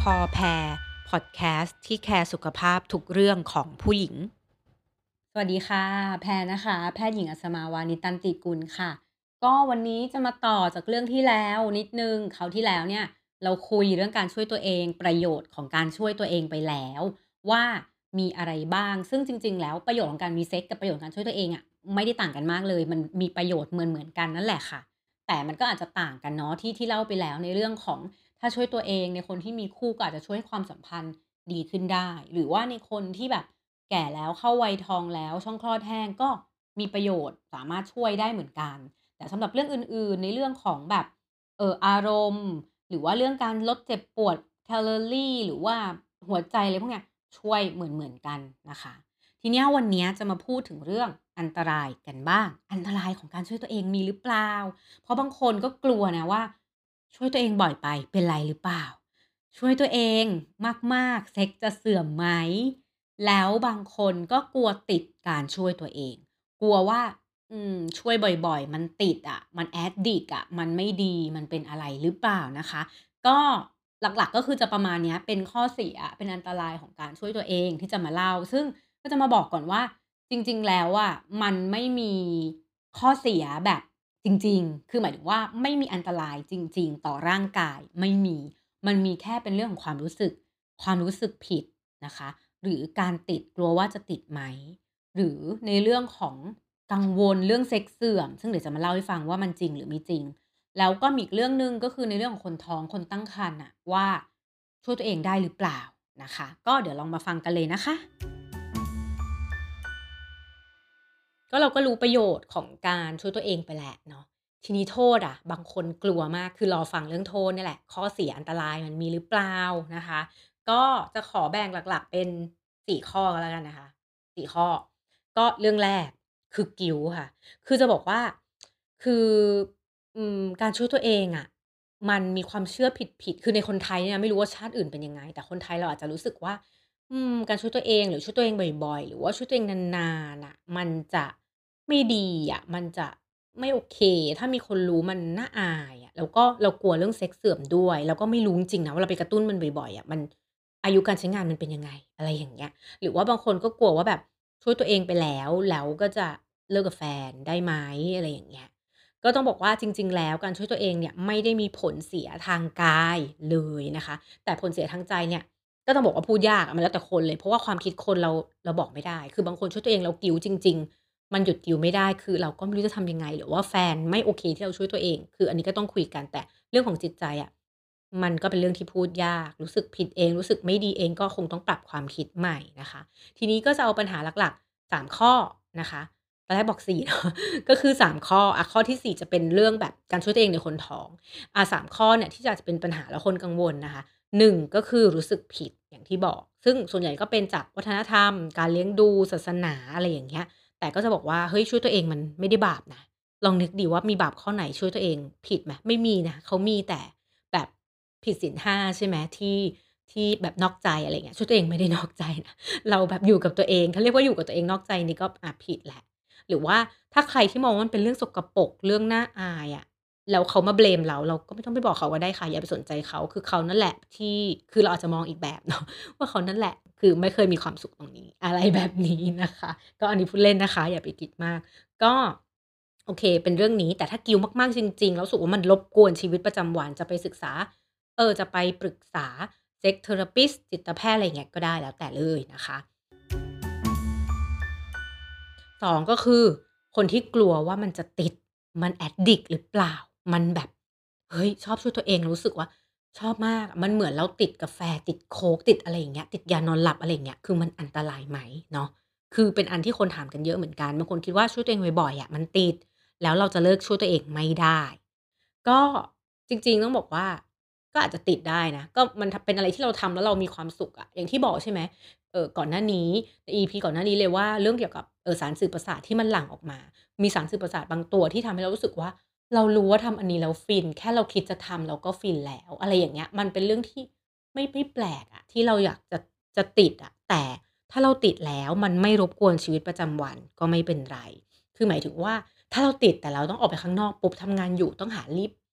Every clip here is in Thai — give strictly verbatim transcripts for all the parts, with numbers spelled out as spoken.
พอแพรพอดแคสต์ที่แคร์สุขภาพทุกเรื่องของผู้หญิงสวัสดีค่ะแพรนะคะแพทย์หญิงอัศมาวานิชตันติกุลค่ะก็วันนี้จะมาต่อจากเรื่องที่แล้วนิดนึงคราวที่แล้วเนี่ยเราคุยเรื่องการช่วยตัวเองประโยชน์ของการช่วยตัวเองไปแล้วว่ามีอะไรบ้างซึ่งจริงๆแล้วประโยชน์ของการมีเซ็กกับประโยชน์ของการช่วยตัวเองอะไม่ได้ต่างกันมากเลยมันมีประโยชน์เหมือนๆกันนั่นแหละค่ะแต่มันก็อาจจะต่างกันเนาะที่ที่เล่าไปแล้วในเรื่องของ ถ้าช่วยตัวเองในคนที่มีคู่ก็อาจจะช่วยให้ความสัมพันธ์ดีขึ้นได้หรือว่าในคนที่แบบแก่แล้วเข้าวัยทองแล้วช่องคลอดแห้งก็มีประโยชน์สามารถช่วยได้เหมือนกันแต่สำหรับเรื่องอื่นๆในเรื่องของแบบเอ่ออารมณ์หรือว่าเรื่องการลดเจ็บปวดแคลอรีหรือว่าหัวใจอะไรพวกเนี้ยช่วยเหมือนๆกันนะคะทีเนี้ยวันเนี้ยจะมาพูดถึงเรื่องอันตรายกันบ้างอันตรายของการช่วยตัวเองมีหรือเปล่า เพราะบางคนก็กลัวนะว่าช่วยตัวเองบ่อยไปเป็นไรหรือเปล่าช่วยตัวเองมากๆเซ็กจะเสื่อมไหมแล้วบางคนก็กลัวติดการช่วยตัวเองกลัวว่าอืมช่วยบ่อยๆมันติดอะมัน addict อะมันไม่ดีมันเป็นอะไรหรือเปล่านะคะก็หลักๆก็คือจะประมาณเนี้ยเป็นข้อเสียเป็นอันตรายของการช่วยตัวเองที่จะมาเล่าซึ่งก็จะมาบอกก่อนว่าจริงๆแล้วอะมันไม่มีข้อเสียแบบ จริงๆ คือหมายถึงว่าไม่มีอันตรายจริงๆ ต่อร่างกายไม่มี มันมีแค่เป็นเรื่องของความรู้สึกความรู้สึกผิดนะคะหรือการติดกลัวว่าจะติดไหมหรือในเรื่องของกังวลเรื่องเซ็กส์เสื่อมซึ่งเดี๋ยวจะมาเล่าให้ฟังว่ามันจริงหรือไม่จริงแล้วก็มีอีกเรื่องหนึ่งก็คือในเรื่องของคนท้องคนตั้งครรภ์น่ะว่าช่วยตัวเองได้หรือเปล่านะคะก็เดี๋ยวลองมาฟังกันเลยนะคะ ก็เราก็รู้ประโยชน์ของการช่วยตัวเองไปแหละเนาะทีนี้โทษอะบางคนกลัวมากคือรอฟังเรื่องโทษเนี่ยแหละข้อเสียอันตรายมันมีหรือเปล่านะคะก็จะขอแบ่งหลักๆเป็นสี่ข้อก็แล้วกันนะคะสี่ข้อก็เรื่องแรกคือ guilt ค่ะคือจะบอกว่าคืออืมการช่วยตัวเองอะมันมีความเชื่อผิดๆคือในคนไทยเนี่ยไม่รู้ว่าชาติอื่นเป็นยังไงแต่คนไทยเราอาจจะรู้สึกว่า อืมการช่วยตัวเองหรือช่วยตัวเองบ่อยๆหรือว่าช่วยตัวเองนานๆน่ะมันจะไม่ดีอะมันจะไม่โอเคถ้ามีคนรู้มันน่าอายอะแล้วก็เรากลัวเรื่องเซ็กส์เสื่อมด้วยแล้วก็ไม่รู้จริงๆนะว่าเราไปกระตุ้นมันบ่อยๆอะมันอายุการใช้งานมันเป็นยังไงอะไรอย่างเงี้ยหรือว่าบางคนก็กลัวว่าแบบช่วยตัวเองไปแล้วแล้วก็จะเลิกกับแฟนได้ไหมอะไรอย่างเงี้ยก็ต้องบอกว่าจริงๆแล้วการช่วยตัวเองเนี่ยไม่ได้มีผลเสียทางกายเลยนะคะแต่ผลเสียทางใจเนี่ย ก็ต้องบอกว่าพูดยากอะมันแล้วแต่คนเลยเพราะว่าความคิดคนเราเราบอกไม่ได้คือบางคนช่วยตัวเองแล้ว guilt จริงๆมันหยุด guilt ไม่ได้คือเราก็ไม่รู้จะทำยังไงหรือว่าแฟนไม่โอเคที่เราช่วยตัวเองคืออันนี้ก็ต้องคุยกันแต่เรื่องของจิตใจอะมันก็เป็นเรื่องที่พูดยากรู้สึกผิดเองรู้สึกไม่ดีเองก็คงต้องปรับความคิดใหม่นะคะทีนี้ก็จะเอาปัญหาหลักๆสามข้อนะคะตอนแรกบอกสี่เนาะก็คือสามข้ออะข้อที่สี่จะเป็นเรื่องแบบการช่วยตัวเองในคนท้องอ่าสามข้อเนี่ยที่อาจจะเป็นปัญหาแล้วคนกังวลนะคะ หนึ่งก็คือรู้สึกผิดอย่างที่บอกซึ่งส่วนใหญ่ก็เป็นจากวัฒนธรรมการเลี้ยงดูศาสนาอะไรอย่างเงี้ยแต่ก็จะบอกว่าเฮ้ยช่วยตัวเองมันไม่ได้บาปนะลองนึกดิว่ามีบาปข้อไหนช่วยตัวเองผิดไหมไม่มีนะเขามีแต่แบบผิดศีลห้าใช่ไหมที่ที่แบบนอกใจอะไรอย่างเงี้ยช่วยตัวเองไม่ได้นอกใจนะเราแบบอยู่กับตัวเองถ้าเรียกว่าอยู่กับตัวเองนอกใจนี่ก็อ่าผิดแหละหรือว่าถ้าใครที่มองว่ามันเป็นเรื่องสกปรกเรื่องน่าอายอะ แล้วเขามา blame เราเราก็ไม่ต้องไปบอกเขาก็ได้ค่ะอย่าไปสนใจเขาคือเขานั่นแหละที่คือเราอาจจะมองอีกแบบเนาะว่าเขานั่นแหละคือไม่เคยมีความสุขตรงนี้อะไรแบบนี้นะคะก็อันนี้พูดเล่นนะคะอย่าไปคิดมากก็โอเคเป็นเรื่องนี้แต่ถ้า guilt มากๆจริงๆแล้วรู้สึกว่ามันรบกวนชีวิตประจำวันจะไปศึกษาเอ่อจะไปปรึกษา sex therapist จิตแพทย์อะไรอย่างเงี้ยก็ได้แล้วแต่เลยนะคะ สองก็คือคนที่กลัวว่ามันจะติดมัน addict หรือเปล่ามันแบบเฮ้ยชอบช่วยตัวเองรู้สึกว่าชอบมากมันเหมือนเราติดกาแฟติดโค้กติดอะไรอย่างเงี้ยติดยานอนหลับอะไรอย่างเงี้ยคือมันอันตรายไหมเนาะคือเป็นอันที่คนถามกันเยอะเหมือนกันบางคนคิดว่าช่วยตัวเองบ่อยๆอะมันติดแล้วเราจะเลิกช่วยตัวเองไม่ได้ก็จริงๆต้องบอกว่าก็อาจจะติดได้นะก็มันทเป็นอะไรที่เราทำแล้วเรามีความสุขอะอย่างที่บอกใช่ไหม เอ่อก่อนหน้านี้ใน อี พี ก่อนหน้านี้เลยว่าเรื่องเกี่ยวกับเอ่อสารสื่อประสาทที่มันหลั่งออกมามีสารสื่อประสาทบางตัวที่ทำให้เรารู้สึกว่าเรารู้ว่าทำอันนี้แล้วฟินแค่เราคิดจะทำเราก็ฟินแล้วอะไรอย่างเงี้ยมันเป็นเรื่องที่ไม่ไม่แปลกอะที่เราอยากจะจะติดอะแต่ถ้าเราติดแล้วมันไม่รบกวนชีวิตประจำวันก็ไม่เป็นไรคือหมายถึงว่าถ้าเราติดแต่เราต้องออกไปข้างนอกปุ๊บทำงานอยู่ต้องหารีบ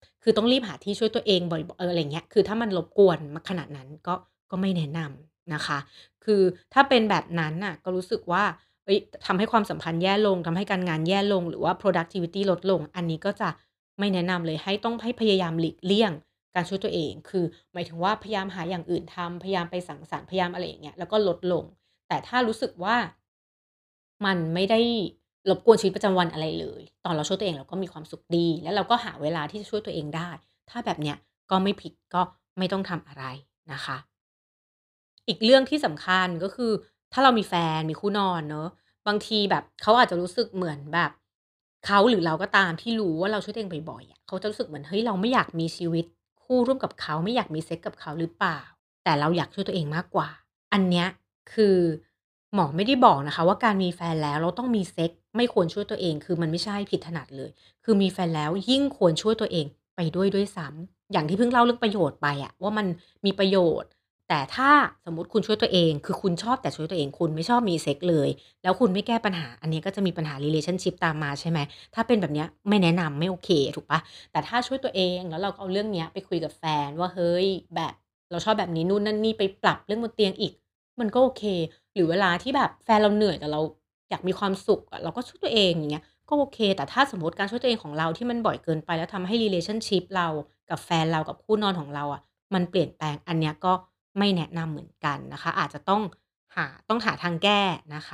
คือต้องรีบหาที่ช่วยตัวเองบ่อยๆเอออะไรอย่างเงี้ยคือถ้ามันรบกวนมขนาดนั้นก็ก็ไม่แนะนำนะคะคือถ้าเป็นแบบนั้นน่ะก็รู้สึกว่าเฮ้ยทำให้ความสัมพันธ์แย่ลงทำให้การงานแย่ลงหรือว่า productivity ลดลงอันนี้ก็จะไม่แนะนำเลยให้ต้องให้พยายามหลีกเลี่ยงการช่วยตัวเองคือหมายถึงว่าพยายามหาอย่างอื่นทำพยายามไปสังสรรค์พยายามอะไรอย่างเงี้ยแล้วก็ลดลง แต่ถ้ารู้สึกว่ามันไม่ได้รบกวนชีวิตประจำวันอะไรเลยตอนเราช่วยตัวเองเราก็มีความสุขดีแล้วเราก็หาเวลาที่จะช่วยตัวเองได้ถ้าแบบเนี้ยก็ไม่ผิดก็ไม่ต้องทำอะไรนะคะ อีกเรื่องที่สำคัญก็คือถ้าเรามีแฟนมีคู่นอนเนาะบางทีแบบเขาอาจจะรู้สึกเหมือนแบบเขาหรือเราก็ตามที่รู้ว่าเราช่วยตัวเองบ่อยๆอะเขาจะรู้สึกเหมือนเฮ้ยเราไม่อยากมีชีวิตคู่ร่วมกับเขาไม่อยากมีเซ็กส์กับเขาหรือเปล่าแต่เราอยากช่วยตัวเองมากกว่าอันเนี้ยคือหมอไม่ได้บอกนะคะว่าการมีแฟนแล้วเราต้องมีเซ็กส์ไม่ควรช่วยตัวเองคือมันไม่ใช่ผิดถนัดเลยคือมีแฟนแล้วยิ่งควรช่วยตัวเองไปด้วยด้วยซ้ำอย่างที่เพิ่งเล่าเรื่องประโยชน์ไปอะว่ามันมีประโยชน์ แต่ถ้าสมมุติคุณช่วยตัวเองคือคุณชอบแต่ช่วยตัวเองคุณไม่ชอบมีเซ็กส์เลยแล้วคุณไม่แก้ปัญหาอันนี้ก็จะมีปัญหา relationship ตามมาใช่ไหมถ้าเป็นแบบเนี้ยไม่แนะนำไม่โอเคถูกเปล่าแต่ถ้าช่วยตัวเองแล้วเราก็เอาเรื่องเนี้ยไปคุยกับแฟนว่าเฮ้ยแบบเราชอบแบบนี้นู่นนั่นนี่ไปปรับเรื่องบนเตียงอีกมันก็โอเคหรือเวลาที่แบบแฟนเราเหนื่อยแต่เราอยากมีความสุขอะเราก็ช่วยตัวเองอย่างเงี้ยก็โอเคแต่ถ้าสมมุติการช่วยตัวเองของเราที่มันบ่อยเกินไปแล้วทำให้ relationship เรากับแฟนเรากับคู่นอนของเราอะ มันเปลี่ยนแปลงอันเนี้ยก็ไม่แนะนำเหมือนกันนะคะอาจจะต้องหาต้องหาทางแก้นะคะ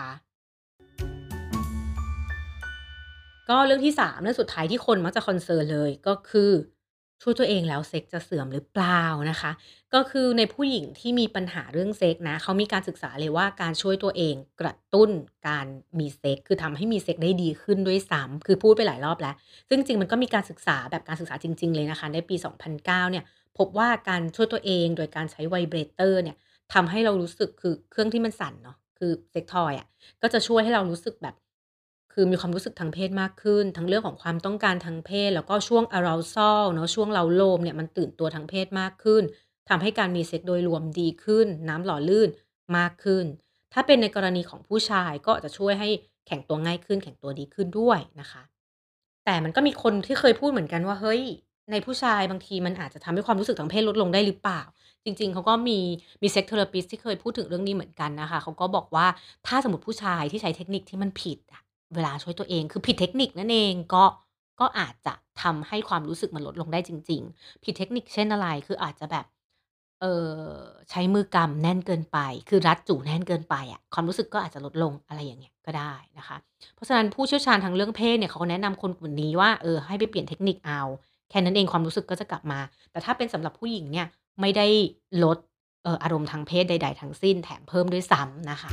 ก็เรื่องที่สามเรื่องสุดท้ายที่คนมักจะคอนเซิร์นเลยก็คือช่วยตัวเองแล้วเซ็กจะเสื่อมหรือเปล่านะคะก็คือในผู้หญิงที่มีปัญหาเรื่องเซ็กนะเขามีการศึกษาเลยว่าการช่วยตัวเองกระตุ้นการมีเซ็กคือทำให้มีเซ็กได้ดีขึ้นด้วยซ้ำคือพูดไปหลายรอบแล้วซึ่งจริงๆมันก็มีการศึกษาแบบการศึกษาจริงๆเลยนะคะในปีสองพันเก้าเนี่ยพบว่าการช่วยตัวเองโดยการใช้ Vibrator เนี่ยทำให้เรารู้สึกคือเครื่องที่มันสั่นเนาะคือเซ็กทอยอะ ก็จะช่วยให้เรารู้สึกแบบคือมีความรู้สึกทางเพศมากขึ้นทั้งเรื่องของความต้องการทางเพศแล้วก็ช่วง arousal เนาะช่วงเร้าโลมเนี่ยมันตื่นตัวทางเพศมากขึ้นทำให้การมีเซ็กซ์โดยรวมดีขึ้นน้ำหล่อลื่นมากขึ้นถ้าเป็นในกรณีของผู้ชายก็จะช่วยให้แข็งตัวง่ายขึ้นแข็งตัวดีขึ้นด้วยนะคะแต่มันก็มีคนที่เคยพูดเหมือนกันว่าเฮ้ยในผู้ชายบางทีมันอาจจะทำให้ความรู้สึกทางเพศลดลงได้หรือเปล่า จริงๆเขาก็มีมีเซ็ก เทอเรพิสต์ ที่เคยพูดถึงเรื่องนี้เหมือนกันนะคะเขาก็บอกว่าถ้าสมมุติผู้ชายที่ใช้เทคนิคที่มันผิดอะเวลาช่วยตัวเองคือผิดเทคนิคนั่นเองก็ก็อาจจะทำให้ความรู้สึกมันลดลงได้จริงๆผิดเทคนิคเช่นอะไรคืออาจจะแบบเอ่อใช้มือกำแน่นเกินไปคือรัดจู๋แน่นเกินไปอะความรู้สึกก็อาจจะลดลงอะไรอย่างเงี้ยก็ได้นะคะเพราะฉะนั้นผู้เชี่ยวชาญทางเรื่องเพศเนี่ยเขาก็แนะนำคนกลุ่มนี้ว่าเออให้ไปเปลี่ยนเทคนิคเอาแค่นั้นเองความรู้สึกก็จะกลับมาแต่ถ้าเป็นสำหรับผู้หญิงเนี่ย ไม่ได้ลดเอ่ออารมณ์ทางเพศใดๆทั้งสิ้นแถมเพิ่มด้วยซ้ำนะคะ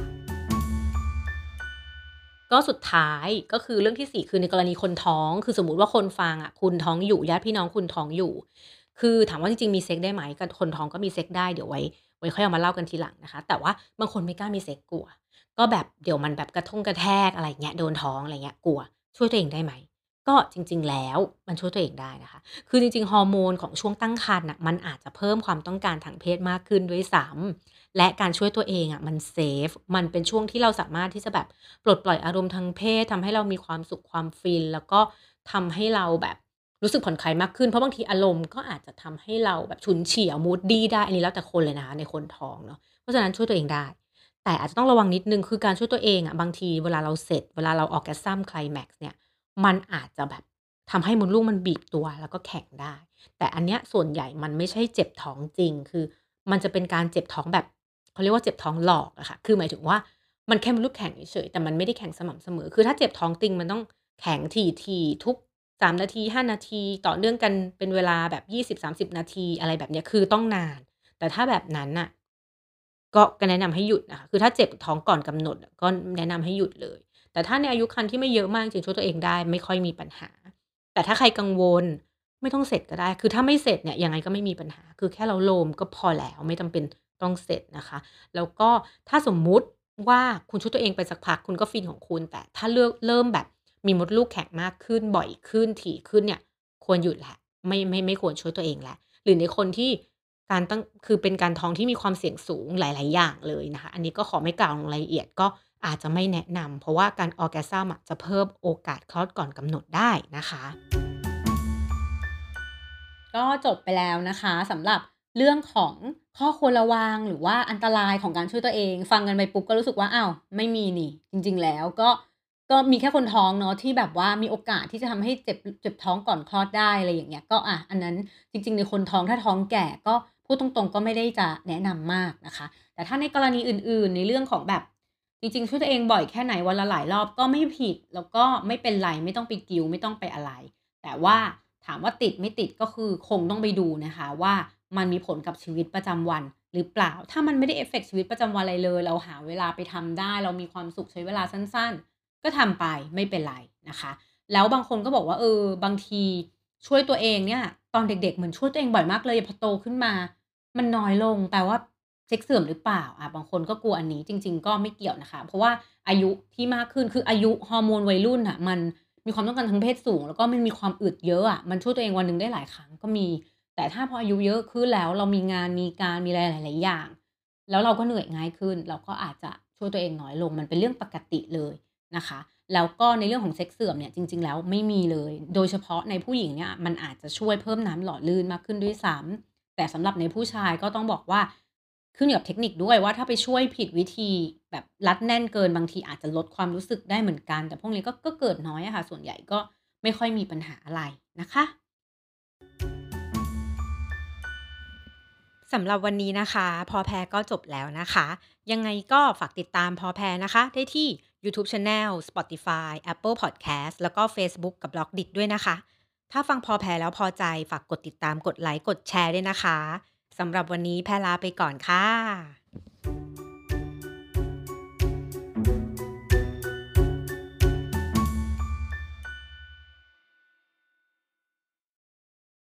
ก็สุดท้ายก็คือเรื่องที่สี่คือในกรณีคนท้องคือสมมุติว่าคนฟังอะคุณท้องอยู่ญาติพี่น้องคุณท้องอยู่คือถามว่าจริงๆมีเซ็กส์ได้ไหมกับคนท้องก็มีเซ็กส์ได้เดี๋ยวไว้ไว้ค่อยเอามาเล่ากันทีหลังนะคะแต่ว่าบางคนไม่กล้ามีเซ็กส์กลัวก็แบบเดี๋ยวมันแบบกระท่งกระแทกอะไรอย่างเงี้ยโดนท้องอะไรเงี้ยกลัวช่วยตัวเองได้ไหมก็จริงๆแล้วมันช่วยตัวเองได้นะคะคือจริงๆฮอร์โมนของช่วงตั้งครรภ์น่ะมันอาจจะเพิ่มความต้องการทางเพศมากขึ้นด้วยซ้ำ และการช่วยตัวเองอะมันเซฟมันเป็นช่วงที่เราสามารถที่จะแบบปลดปล่อยอารมณ์ทางเพศทำให้เรามีความสุขความฟินแล้วก็ทำให้เราแบบรู้สึกผ่อนคลายมากขึ้นเพราะบางทีอารมณ์ก็อาจจะทำให้เราแบบฉุนเฉียว moody ได้อันนี้แล้วแต่คนเลยนะคะในคนท้องเนาะเพราะฉะนั้นช่วยตัวเองได้แต่อาจจะต้องระวังนิดหนึ่งคือการช่วยตัวเองอะบางทีเวลาเราเสร็จเวลาเรา orgasm climax เนี่ยมันอาจจะแบบทำให้มดลูกมันบีบตัวแล้วก็แข็งได้แต่อันเนี้ยส่วนใหญ่มันไม่ใช่เจ็บท้องจริงคือมันจะเป็นการเจ็บท้องแบบ เขาเรียกว่าเจ็บท้องหลอกอะค่ะคือหมายถึงว่ามันแค่มดลูกแข็งเฉยๆแต่มันไม่ได้แข็งสม่ำเสมอคือถ้าเจ็บท้องจริงมันต้องแข็งถี่ๆทุกสามนาทีห้านาทีต่อเนื่องกันเป็นเวลาแบบยี่สิบถึงสามสิบนาทีอะไรแบบเนี้ยคือต้องนานแต่ถ้าแบบนั้นน่ะก็ก็แนะนำให้หยุดนะคะคือถ้าเจ็บท้องก่อนกำหนดอะก็แนะนำให้หยุดเลยแต่ถ้าในอายุครรภ์ที่ไม่เยอะมากจริงๆช่วยตัวเองได้ไม่ค่อยมีปัญหาแต่ถ้าใครกังวลไม่ต้องเสร็จก็ได้คือถ้าไม่เสร็จเนี่ยยังไงก็ไม่มีปัญหาคือแค่เราโลมก็พอแล้วไม่จำเป็นต้องเสร็จนะคะ แล้วก็ถ้าสมมุติว่าคุณช่วยตัวเองไปสักพักคุณก็ฟินของคุณแต่ถ้าเลือกเริ่มแบบมีมดลูกแข็งมากขึ้นบ่อยขึ้นถี่ขึ้นเนี่ยควรหยุดแล้วไม่ไม่ไม่ควรช่วยตัวเองแล้วหรือในคนที่การตั้งคือเป็นการท้องที่มีความเสี่ยงสูงหลายๆอย่างเลยนะคะอันนี้ก็ขอไม่กล่าวลงรายละเอียดก็อาจจะไม่แนะนำเพราะว่าการ orgasm อะจะเพิ่มโอกาสคลอดก่อนกำหนดได้นะคะก็จบไปแล้วนะคะสำหรับเรื่องของข้อควรระวังหรือว่าอันตรายของการช่วยตัวเองฟังกันไปปุ๊บก็รู้สึกว่าอ้าวไม่มีนี่จริงๆแล้วก็ก็มีแค่คนท้องเนาะที่แบบว่ามีโอกาสที่จะทำให้เจ็บเจ็บท้องก่อนคลอดได้อะไรอย่างเงี้ยก็อะอันนั้นจริงๆในคนท้องถ้าท้องแก่ก็พูดตรงๆก็ไม่ได้จะแนะนำมากนะคะแต่ถ้าในกรณีอื่นๆในเรื่องของแบบจริงๆช่วยตัวเองบ่อยแค่ไหนวันละหลายรอบก็ไม่ผิดแล้วก็ไม่เป็นไรไม่ต้องไปกิลต์ไม่ต้องไปอะไร แต่ว่าถามว่าติดไม่ติดก็คือคงต้องไปดูนะคะว่ามันมีผลกับชีวิตประจำวันหรือเปล่าถ้ามันไม่ได้เอฟเฟกต์ชีวิตประจำวันอะไรเลยเราหาเวลาไปทำได้เรามีความสุขใช้เวลาสั้นๆก็ทำไปไม่เป็นไรนะคะแล้วบางคนก็บอกว่าเออบางทีช่วยตัวเองเนี่ยตอนเด็กๆเหมือนช่วยตัวเองบ่อยมากเลยพอโตขึ้นมามันน้อยลงแปลว่าเซ็กซ์เสื่อมหรือเปล่าอาบางคนก็กลัวอันนี้จริงๆก็ไม่เกี่ยวนะคะเพราะว่าอายุที่มากขึ้นคืออายุฮอร์โมนวัยรุ่นน่ะมัน มีความต้องการทางเพศสูงแล้วก็มันมีความอึดเยอะอะมันช่วยตัวเองวันหนึ่งได้หลายครั้งก็มีแต่ถ้าพออายุเยอะขึ้นแล้วเรามีงานมีการมีอะไรหลายๆอย่างแล้วเราก็เหนื่อยง่ายขึ้นเราก็อาจจะช่วยตัวเองน้อยลงมันเป็นเรื่องปกติเลยนะคะแล้วก็ในเรื่องของเซ็กซ์เสื่อมเนี่ยจริงๆแล้วไม่มีเลยโดยเฉพาะในผู้หญิงเนี่ยมันอาจจะช่วยเพิ่มน้ำหล่อลื่นมากขึ้นด้วยซ้ำแต่สำหรับในผู้ชายก็ต้องบอกว่า ขึ้นอยู่กับเทคนิคด้วยว่าถ้าไปช่วยผิดวิธีแบบรัดแน่นเกินบางทีอาจจะลดความรู้สึกได้เหมือนกันแต่พวกนี้ก็ก็เกิดน้อยอะค่ะส่วนใหญ่ก็ไม่ค่อยมีปัญหาอะไรนะคะสำหรับวันนี้นะคะพอแพรก็จบแล้วนะคะยังไงก็ฝากติดตามพอแพรนะคะได้ที่ YouTube Channel Spotify Apple Podcast แล้วก็เฟซบุ๊กกับ บล็อกดิท ด้วยนะคะถ้าฟังพอแพรแล้วพอใจฝากกดติดตามกดไลค์กดแชร์ด้วยนะคะสำหรับวันนี้แพรลาไปก่อนค่ะ